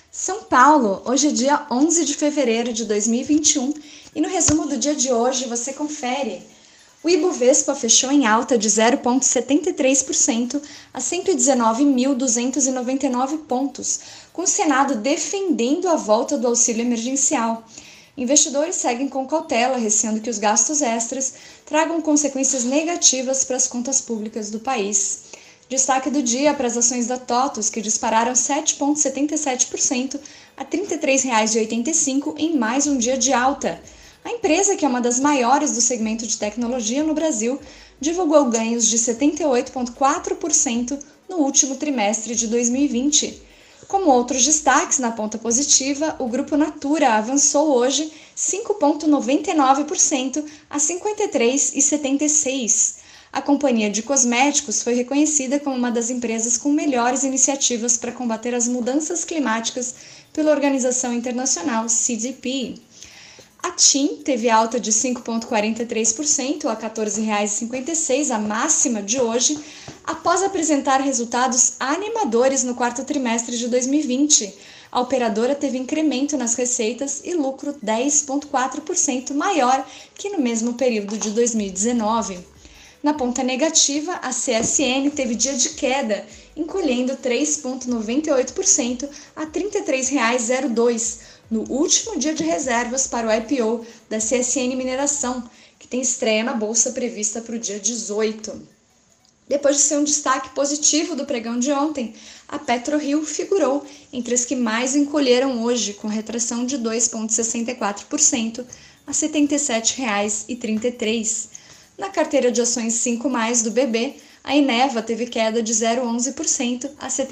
São Paulo, hoje é dia 11 de fevereiro de 2021 e no resumo do dia de hoje você confere. O Ibovespa fechou em alta de 0,73% a 119.299 pontos, com o Senado defendendo a volta do auxílio emergencial. Investidores seguem com cautela, receando que os gastos extras tragam consequências negativas para as contas públicas do país. Destaque do dia para as ações da TOTVS, que dispararam 7,77% a R$ 33,85 em mais um dia de alta. A empresa, que é uma das maiores do segmento de tecnologia no Brasil, divulgou ganhos de 78,4% no último trimestre de 2020. Como outros destaques na ponta positiva, o Grupo Natura avançou hoje 5,99% a R$ 53,76. A companhia de cosméticos foi reconhecida como uma das empresas com melhores iniciativas para combater as mudanças climáticas pela Organização Internacional CDP. A TIM teve alta de 5,43% a R$ 14,56, a máxima de hoje, após apresentar resultados animadores no quarto trimestre de 2020. A operadora teve incremento nas receitas e lucro 10,4% maior que no mesmo período de 2019. Na ponta negativa, a CSN teve dia de queda, encolhendo 3,98% a R$ 33,02 no último dia de reservas para o IPO da CSN Mineração, que tem estreia na bolsa prevista para o dia 18. Depois de ser um destaque positivo do pregão de ontem, a PetroRio figurou entre as que mais encolheram hoje, com retração de 2,64% a R$ 77,33. Na carteira de ações 5+, do BB, a Eneva teve queda de 0,11% a R$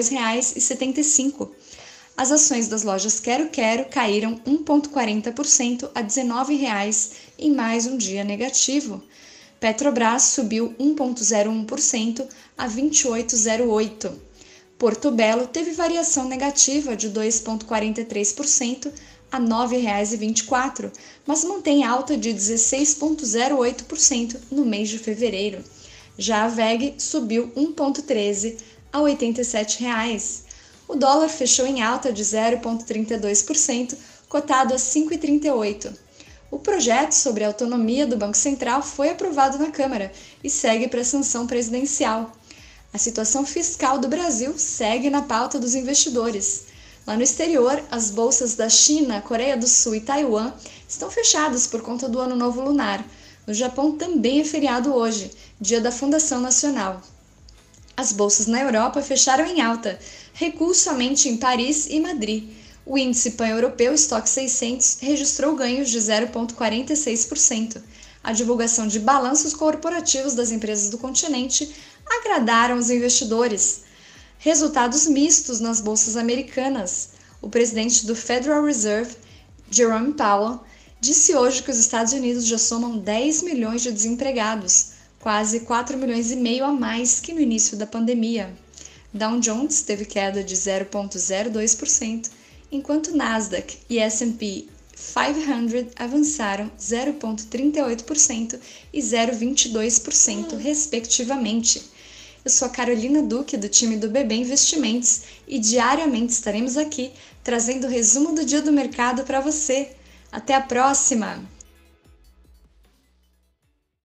72,75. As ações das lojas Quero-Quero caíram 1,40% a R$ 19,00 em mais um dia negativo. Petrobras subiu 1,01% a R$ 28,08. Porto Belo teve variação negativa de 2,43% a R$ 9,24, mas mantém alta de 16,08% no mês de fevereiro. Já a VEG subiu 1,13% a R$ 87,00. O dólar fechou em alta de 0,32%, cotado a R$ 5,38. O projeto sobre a autonomia do Banco Central foi aprovado na Câmara e segue para a sanção presidencial. A situação fiscal do Brasil segue na pauta dos investidores. Lá no exterior, as bolsas da China, Coreia do Sul e Taiwan estão fechadas por conta do Ano Novo Lunar. No Japão também é feriado hoje, dia da Fundação Nacional. As bolsas na Europa fecharam em alta, recuo somente em Paris e Madrid. O índice pan-europeu Stoxx 600 registrou ganhos de 0,46%. A divulgação de balanços corporativos das empresas do continente agradaram os investidores. Resultados mistos nas bolsas americanas. O presidente do Federal Reserve, Jerome Powell, disse hoje que os Estados Unidos já somam 10 milhões de desempregados, quase 4,5 milhões a mais que no início da pandemia. Dow Jones teve queda de 0,02%, enquanto Nasdaq e S&P 500 avançaram 0,38% e 0,22%, respectivamente. Eu sou a Carolina Duque, do time do BB Investimentos, e diariamente estaremos aqui trazendo o resumo do dia do mercado para você. Até a próxima!